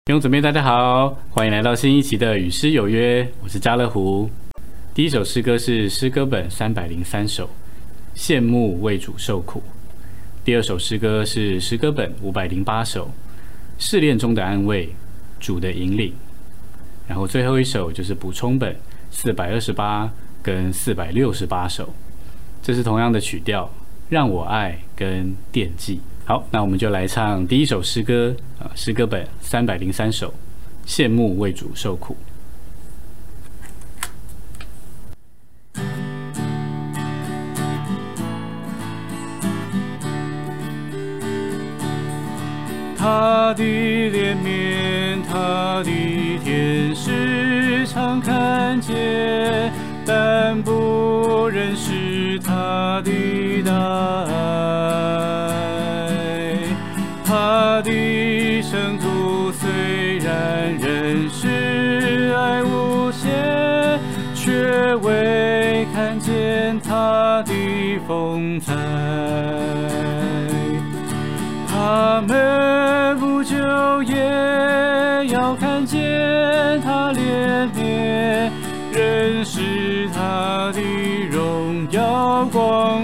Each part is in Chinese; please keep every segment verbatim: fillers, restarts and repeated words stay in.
弟兄姊妹大家好，欢迎来到新一期的与诗有约，我是家乐福。第一首诗歌是诗歌本三百零三首，羡慕为主受苦。第二首诗歌是诗歌本五百零八首，试炼中的安慰，主的引领。然后最后一首就是补充本四百二十八跟四百六十八首，这是同样的曲调，让我爱跟惦记。好，那我们就来唱第一首诗歌，啊，诗歌本三百零三首，羡慕为主受苦。他的脸面，他的天使常看见，但不认识他的大爱。他的圣徒虽然认识爱无限，却未看见他的风采。他们不久也要看见他脸面，认识他的荣耀光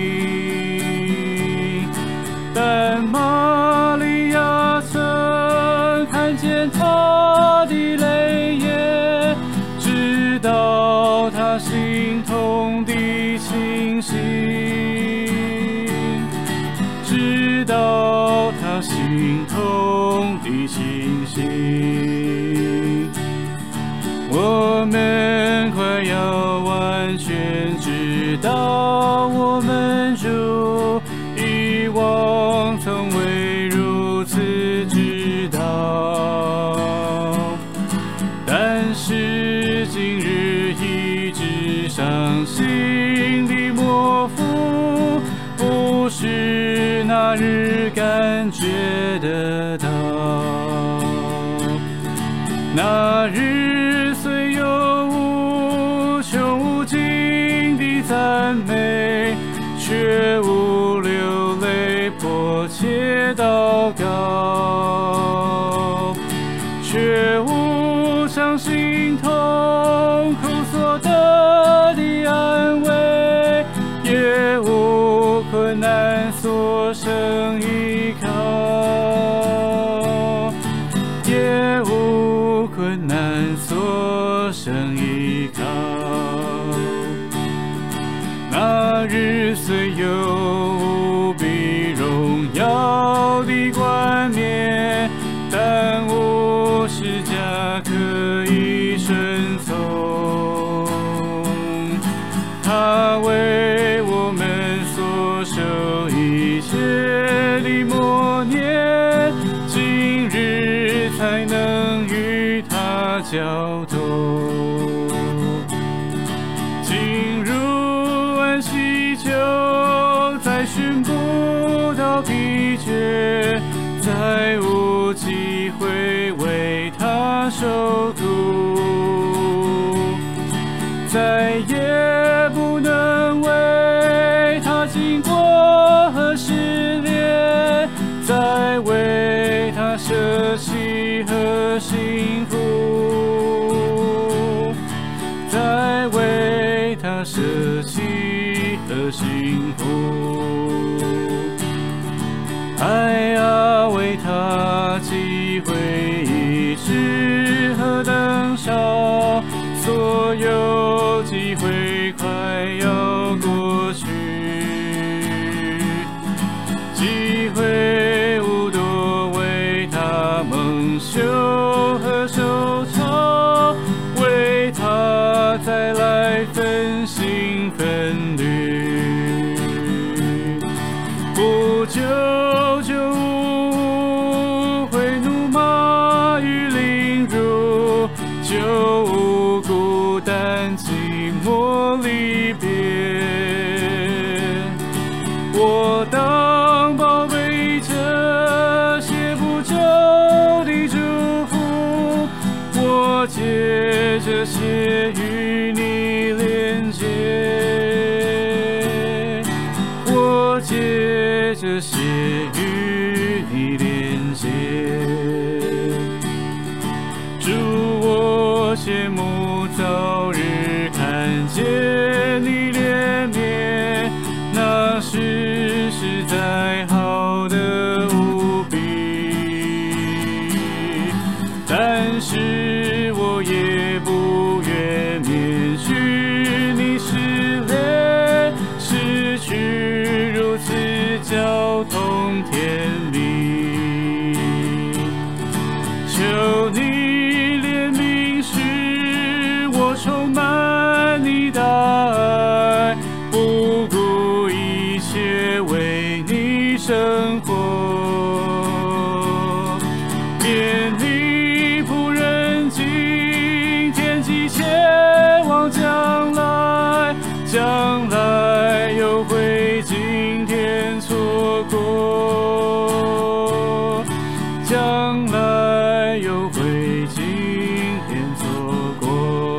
明。但玛利亚曾看见他的泪眼，知道他心痛的情形，知道他心痛的情形。我们快要完全知道，我们主以往从未如此知道，但是今日一直伤心的模糊，不是那日感觉得到。那日虽有无穷无尽的赞美，却无流泪迫切祷告，却无伤心痛苦所得的安慰，也无困难所生依靠，也无困难所生依靠。那日虽有无比荣耀的冠冕，但无释迦可以顺从。他为我们所受一切的磨练，今日才能与他交通。进入安息就再寻不到疲倦，再无机会为他受苦，再也不能为他经过和试炼，再为他舍弃和幸福，再为他舍弃和幸福。爱啊，为他机会已是何等少，所有机会快要过去，机会无多为他蒙羞和受潮，为他再来分心分虑，不久就无悔怒骂与凌辱，就无孤单寂寞离别。我当宝贝这些不久的祝福，我借这些与你连接，我借这些与你连接。 羡慕早日看见你怜悯，那时实在好得无比。但是我也不愿免去你失恋，失去如此交通甜蜜。求你怜悯，使我充满你的爱，不顾一切为你生活。愿你仆人今天急切望将来，将来又会今天错过，将来又会今天错过。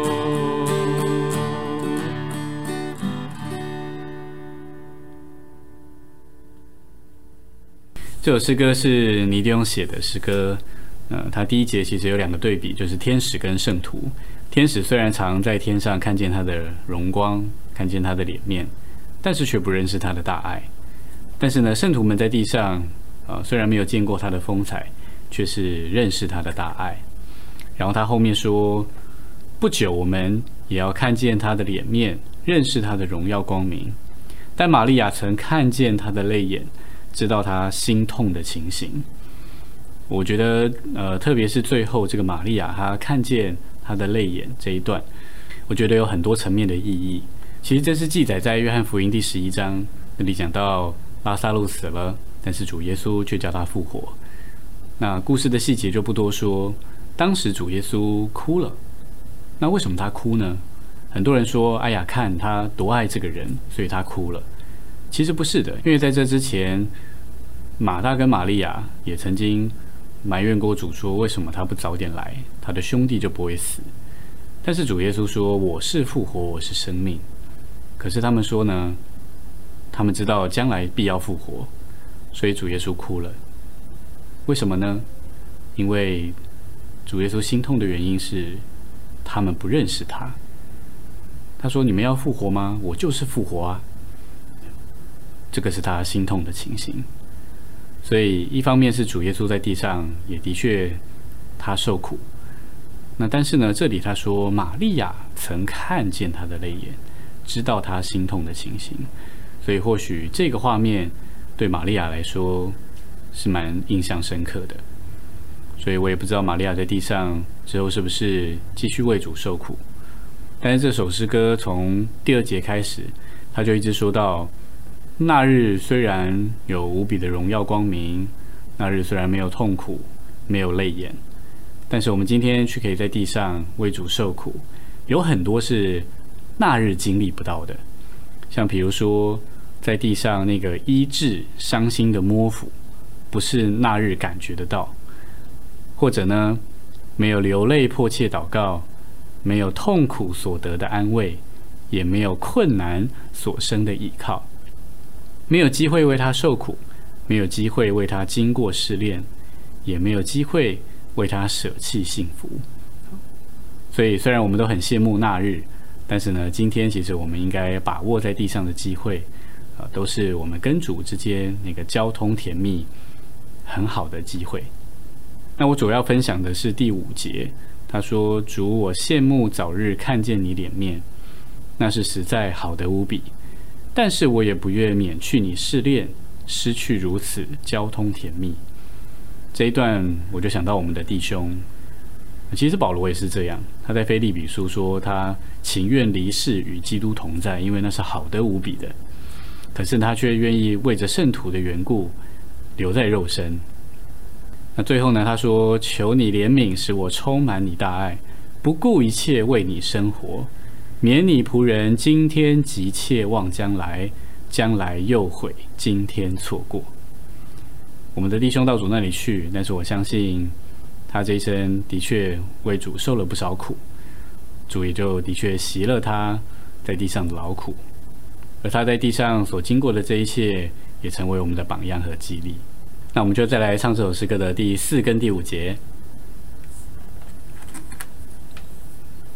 这首诗歌是尼迪翁写的诗歌。呃，他第一节其实有两个对比，就是天使跟圣徒。天使虽然常在天上看见他的荣光，看见他的脸面，但是却不认识他的大爱。但是呢，圣徒们在地上，呃，虽然没有见过他的风采，却是认识他的大爱。然后他后面说，不久我们也要看见他的脸面，认识他的荣耀光明。但玛利亚曾看见他的泪眼，知道他心痛的情形。我觉得，呃，特别是最后这个玛利亚，她看见她的泪眼这一段，我觉得有很多层面的意义。其实这是记载在约翰福音第十一章那里讲到拉撒路死了，但是主耶稣却叫他复活。那故事的细节就不多说。当时主耶稣哭了，那为什么他哭呢？很多人说，哎呀，看他多爱这个人，所以他哭了。其实不是的，因为在这之前，马大跟玛利亚也曾经埋怨过主说，为什么他不早点来，他的兄弟就不会死。但是主耶稣说，我是复活，我是生命。可是他们说呢，他们知道将来必要复活，所以主耶稣哭了。为什么呢？因为主耶稣心痛的原因是他们不认识他。他说，你们要复活吗？我就是复活啊。这个是他心痛的情形。所以一方面是主耶稣在地上也的确他受苦，那但是呢，这里他说玛利亚曾看见他的泪眼，知道他心痛的情形，所以或许这个画面对玛利亚来说是蛮印象深刻的。所以我也不知道玛利亚在地上之后是不是继续为主受苦，但是这首诗歌从第二节开始，他就一直说到，那日虽然有无比的荣耀光明，那日虽然没有痛苦，没有泪眼，但是我们今天却可以在地上为主受苦，有很多是那日经历不到的。像比如说，在地上那个医治伤心的摸抚，不是那日感觉得到；或者呢，没有流泪迫切祷告，没有痛苦所得的安慰，也没有困难所生的倚靠。没有机会为他受苦，没有机会为他经过试炼，也没有机会为他舍弃幸福。所以虽然我们都很羡慕那日，但是呢，今天其实我们应该把握在地上的机会，呃，都是我们跟主之间那个交通甜蜜很好的机会。那我主要分享的是第五节，他说，主，我羡慕早日看见你脸面，那是实在好得无比。但是我也不愿免去你试炼，失去如此交通甜蜜。这一段我就想到我们的弟兄，其实保罗也是这样，他在腓立比书说他情愿离世与基督同在，因为那是好得无比的。可是他却愿意为着圣徒的缘故留在肉身。那最后呢，他说，求你怜悯，使我充满你大爱，不顾一切为你生活，免你仆人今天急切望将来，将来又悔今天错过。我们的弟兄到主那里去，但是我相信他这一生的确为主受了不少苦，主也就的确习了他在地上的劳苦，而他在地上所经过的这一切，也成为我们的榜样和激励。那我们就再来唱这首诗歌的第四跟第五节。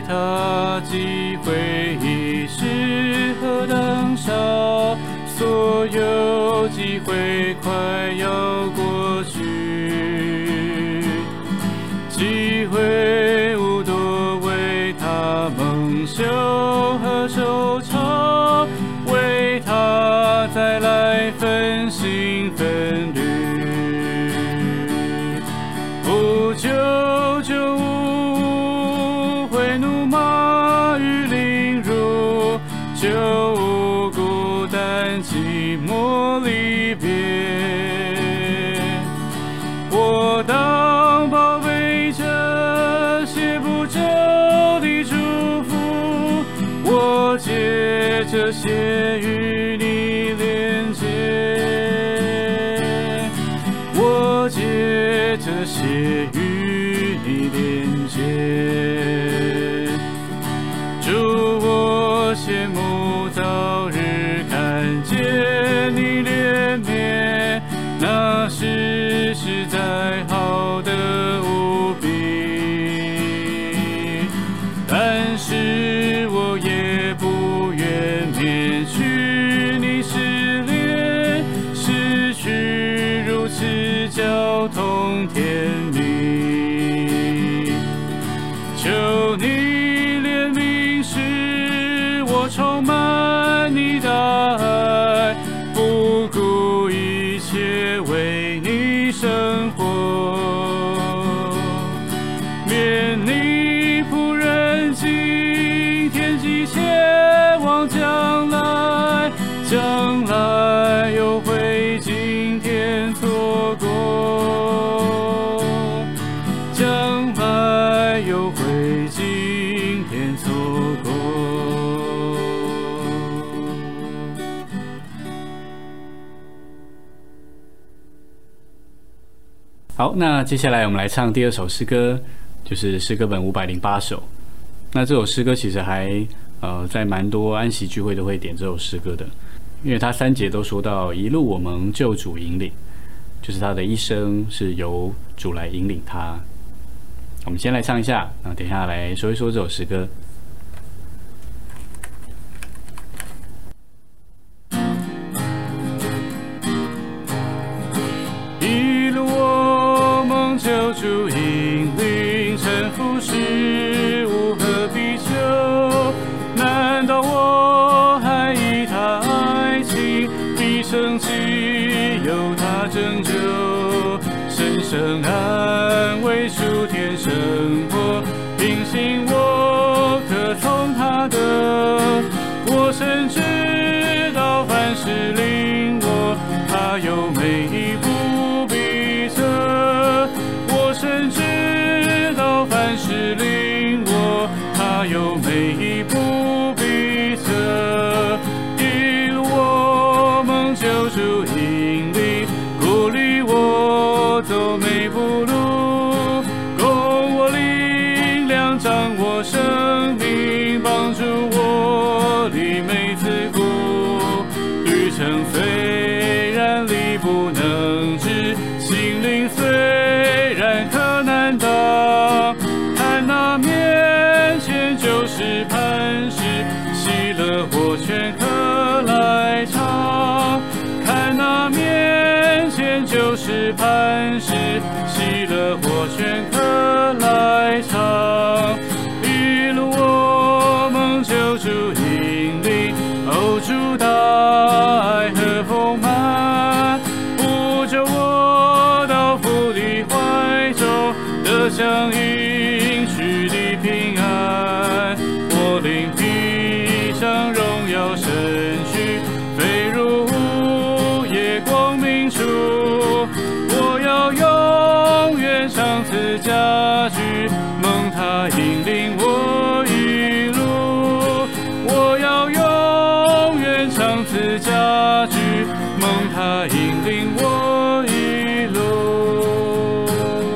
他机会已是何等少，所有机会快要过去，机会无多为他蒙羞和惆怅，为他再来分心分虑。不久就无悔怒骂与凌辱，就无孤单寂寞离别。我当宝贝这些不久的祝福，我借这些与你连接，我借这些与你连接。祝我羡慕早日看见你脸面，那是实在好的无比。但是我也不愿免去你失恋，失去如此交通甜蜜。求你怜悯，使我充满你的爱，不顾一切为你生活。免你仆人今天急切望将来，将来又会今天错过，将来又会今天错过。好，那接下来我们来唱第二首诗歌，就是诗歌本五百零八首。那这首诗歌其实还呃在蛮多安息聚会都会点这首诗歌的，因为它三节都说到一路我蒙救主引领，就是他的一生是由主来引领他。我们先来唱一下，然后等一下来说一说这首诗歌。一路我蒙救主引领，臣服时无何必求。难道我还以他爱情必生气，由他拯救，深深安慰属天生活，平心我可从他的。我深知道凡事令我，他有每一步必测。我深知道凡事令我，他有每一步必测。一路我蒙救主引领，鼓励我走每步路，供我力量，掌握生命，帮助我离每次苦。旅程虽然力不能支，心灵虽然可难当，看那面前就是磐石，喜乐我全可来尝。看那面前就是磐石，喜乐我全可来尝。一路我蒙救主引领，哦，主大爱和丰满，不救我到父的怀中，得享应许的平安。我灵披上荣耀身躯，飞入午夜光明处。我要永远长此家居，蒙他引领我一路。我要永远长此家居，蒙他引领我一路。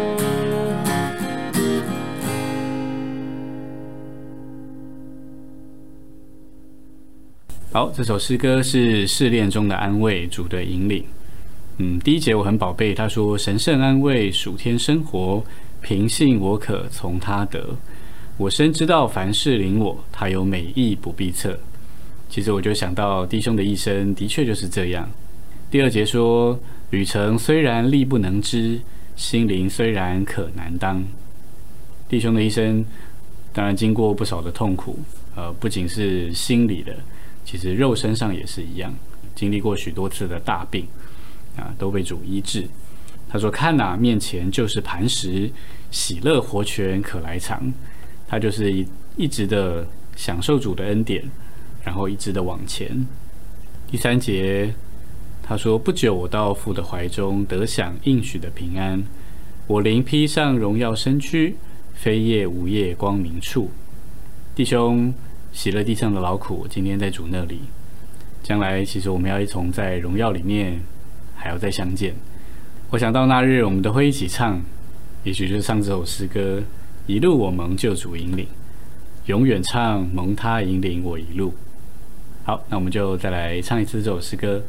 好，这首诗歌是试炼中的安慰，主的引领。嗯，第一节我很宝贝，他说神圣安慰，属天生活，平信我可从他得。 我深知道凡事临我，他有美意不必测。其实我就想到弟兄的一生的确就是这样。第二节说，旅程虽然力不能支，心灵虽然可难当。弟兄的一生当然经过不少的痛苦，呃，不仅是心理的，其实肉身上也是一样，经历过许多次的大病啊，都被主医治。他说：“看哪，面前就是磐石，喜乐活泉可来尝。”他就是一一直的享受主的恩典，然后一直的往前。第三节，他说：“不久我到父的怀中，得享应许的平安。我灵披上荣耀身躯，非夜无夜光明处。”弟兄，喜乐地上的劳苦，今天在主那里，将来其实我们要一同在荣耀里面，还要再相见。我想到那日，我们都会一起唱，也许就是唱这首诗歌：一路我蒙救主引领，永远唱蒙他引领我一路。好，那我们就再来唱一次这首诗歌。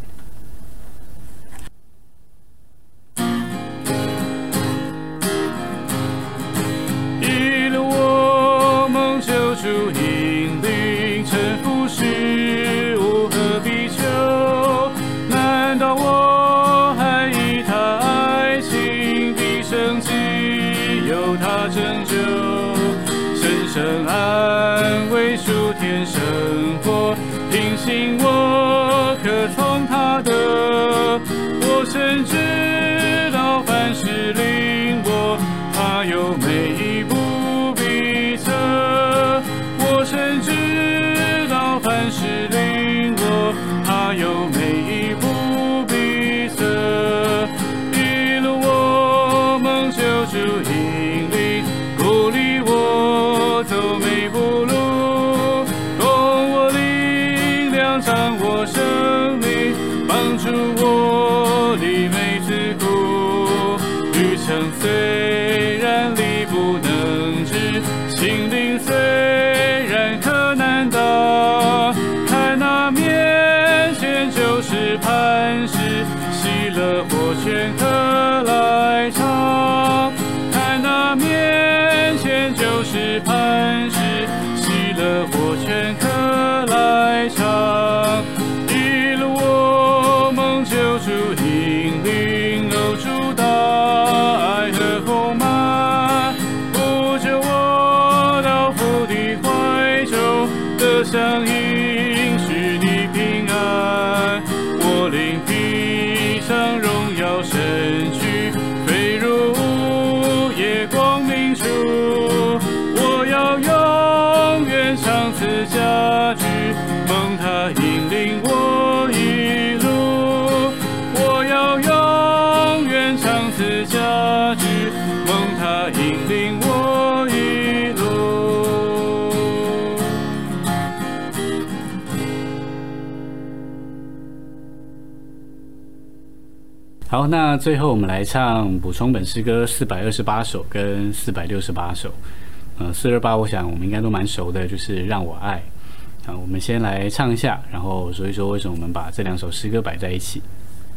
一路我蒙救主引领，沉浮时无何必求。难道我还以他爱情的生机，由他拯救，深深安慰属天生活，平心我可从他得。我深知道凡事临我，他有美意不必测。我深知道凡事临我，他有美意不必测。一路我蒙救主引领，鼓励我走每步路，供我力量，掌握生命，帮助我离每次苦。旅程虽然力不能支，心灵虽然可难当，看那面前就是磐石，喜乐活泉可来尝。看那面前就是磐石，喜乐活泉可来尝。一路我蒙救主引领，欧主大爱和丰满，不久我到父的怀中，得享应许的平安。我灵披上荣耀身躯，飞入午夜光明处。我要永远长此家居，蒙他引领我一路。我要永远长此家居，蒙他引领我一路。 好，那最后我们来唱补充本诗歌四百二十八首跟四百六十八首。呃，四二八，我想我们应该都蛮熟的，就是让我爱。啊，我们先来唱一下，然后说一说为什么我们把这两首诗歌摆在一起。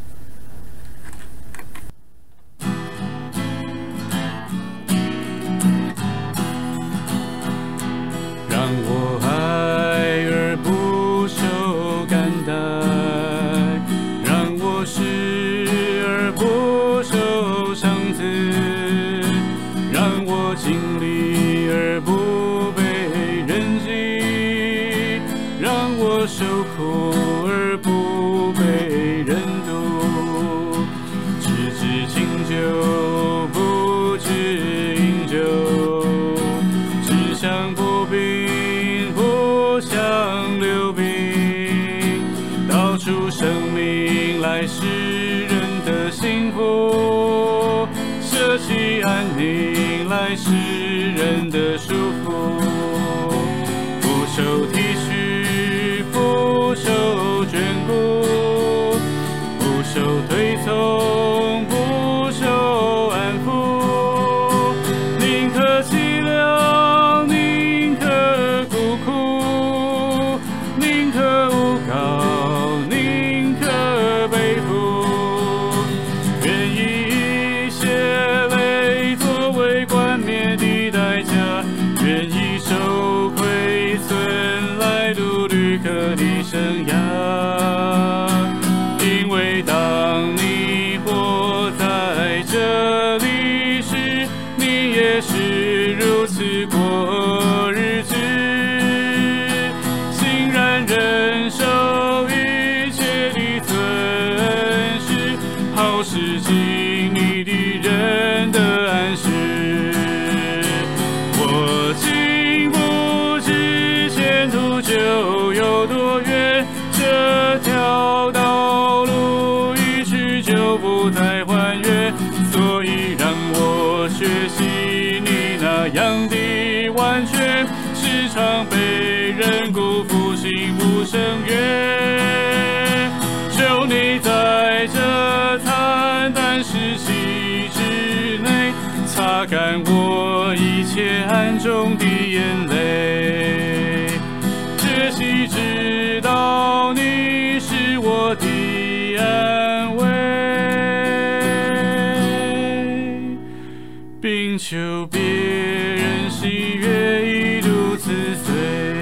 让我爱而不受感戴，让我失而不受伤子，让我经历而不被人击，让我受苦而不被人妒，只知清酒不知饮酒，只想破冰不想流冰，道出生命来使人的幸福，舍弃安宁来使人的舒服，不受体恤，不受眷顾，不受推崇，不受安抚，宁可凄凉，宁可孤苦，宁可诬告，宁可背负，愿以一切泪作为冠冕的代价，愿如此过日子，欣然忍受一切的损失，好事情你的人的安息。我竟不知前途就有多远，这条道路一去就不再还原，所以让我学习你那样的完全，时常被人辜负，心不胜愿。求你在这惨淡时期之内，擦干我一切暗中的眼泪，学习知道你是我的安慰，并求别人喜悦一路自随。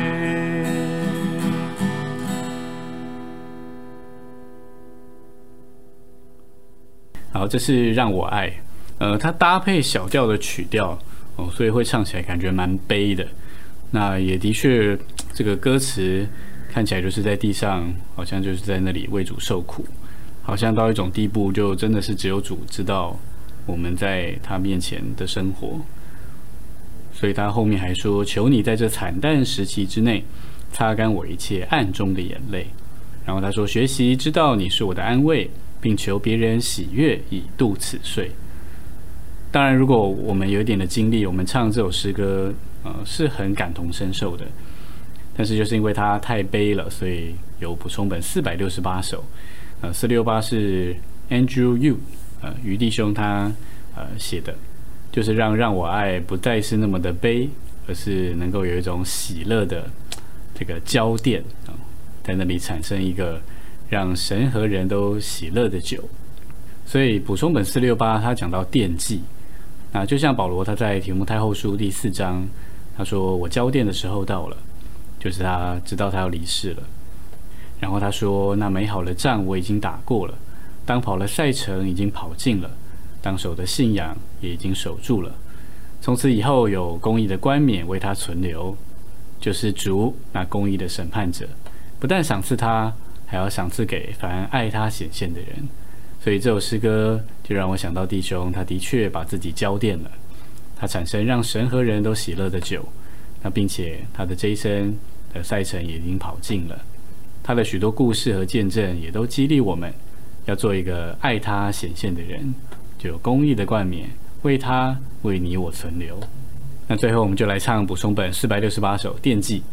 好，这是让我爱，呃，它搭配小调的曲调哦，所以会唱起来感觉蛮悲的。那也的确，这个歌词看起来就是在地上，好像就是在那里为主受苦，好像到一种地步，就真的是只有主知道我们在他面前的生活。所以他后面还说：“求你在这惨淡时期之内，擦干我一切暗中的眼泪。”然后他说：“学习知道你是我的安慰，并求别人喜悦以度此岁。”当然，如果我们有一点的经历，我们唱这首诗歌，呃，是很感同身受的。但是就是因为它太悲了，所以有补充本四百六十八首。呃，四六八是 Andrew Yu 呃余弟兄他呃写的，就是让让我爱不再是那么的悲，而是能够有一种喜乐的这个交奠啊、呃，在那里产生一个让神和人都喜乐的酒。所以补充本四六八他讲到奠祭。那就像保罗他在提摩太后书第四章，他说：“我交奠的时候到了。”就是他知道他要离世了。然后他说：“那美好的仗我已经打过了，当跑的赛程已经跑尽了，当守的信仰也已经守住了。从此以后有公义的冠冕为他存留，就是主那公义的审判者，不但赏赐他，还要赏赐给凡爱他显现的人。”所以这首诗歌就让我想到弟兄，他的确把自己交奠了，他产生让神和人都喜乐的酒。那并且他的这一生的赛程也已经跑尽了，他的许多故事和见证也都激励我们要做一个爱他显现的人，就有公义的冠冕为他为你我存留。那最后我们就来唱补充本四百六十八首奠祭。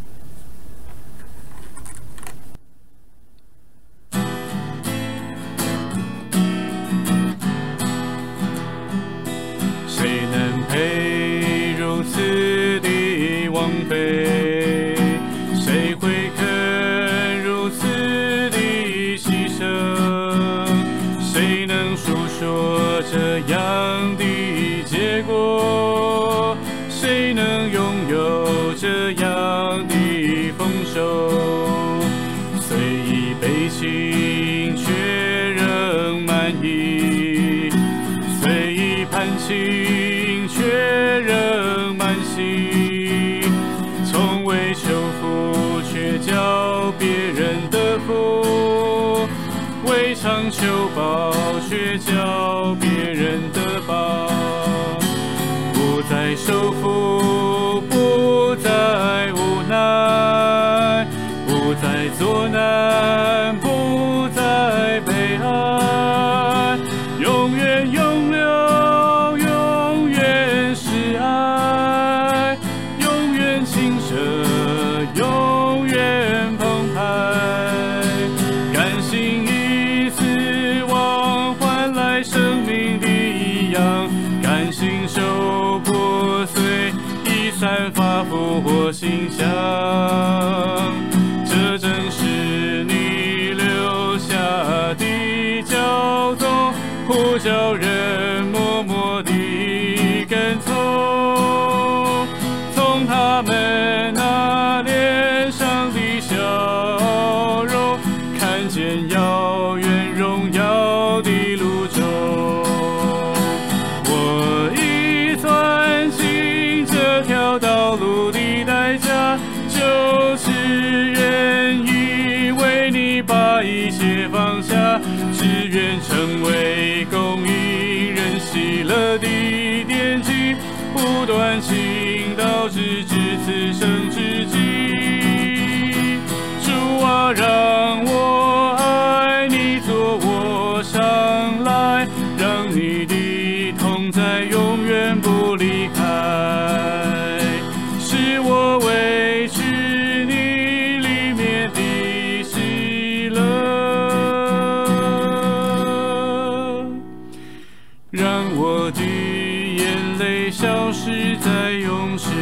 谁能配如此的王妃？谁会肯如此的牺牲？谁能述说这样的结果？谁能拥有这样的丰收？虽已被请，却仍满意；虽已盼请，却仍满心。从未求福，却叫别人得福；未尝求报，却叫别人得报。不再受苦，不再无奈，不再作难，不再悲哀，永远永留，永远是爱，永远清澈，永远澎湃。甘心以死亡换来生命的一样，甘心受破碎，以散发复活馨香。这正是你留下的教导，呼叫人默默地跟从。从他们那脸上的笑容，看见遥远荣耀的路中。我已钻进劳碌的代价，就是愿意为你把一切放下，只愿成为供应人喜乐的奠基，不断行道直至此生之际。主啊，让我爱你，做我上来，让你的同在永远不离开，使我维持你里面的喜乐，让我的眼泪消失在永世。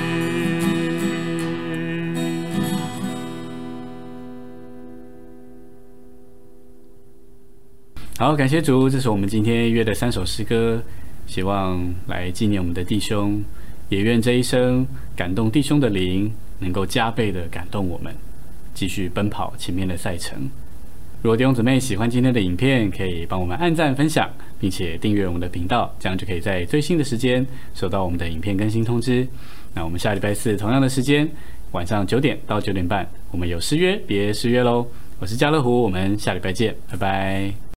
好，感谢主，这是我们今天约的三首诗歌，希望来纪念我们的弟兄，也愿这一生感动弟兄的灵能够加倍的感动我们，继续奔跑前面的赛程。如果弟兄姊妹喜欢今天的影片，可以帮我们按赞分享，并且订阅我们的频道，这样就可以在最新的时间收到我们的影片更新通知。那我们下礼拜四同样的时间，晚上九点到九点半，我们有诗约别诗约咯。我是家乐福，我们下礼拜见，拜拜。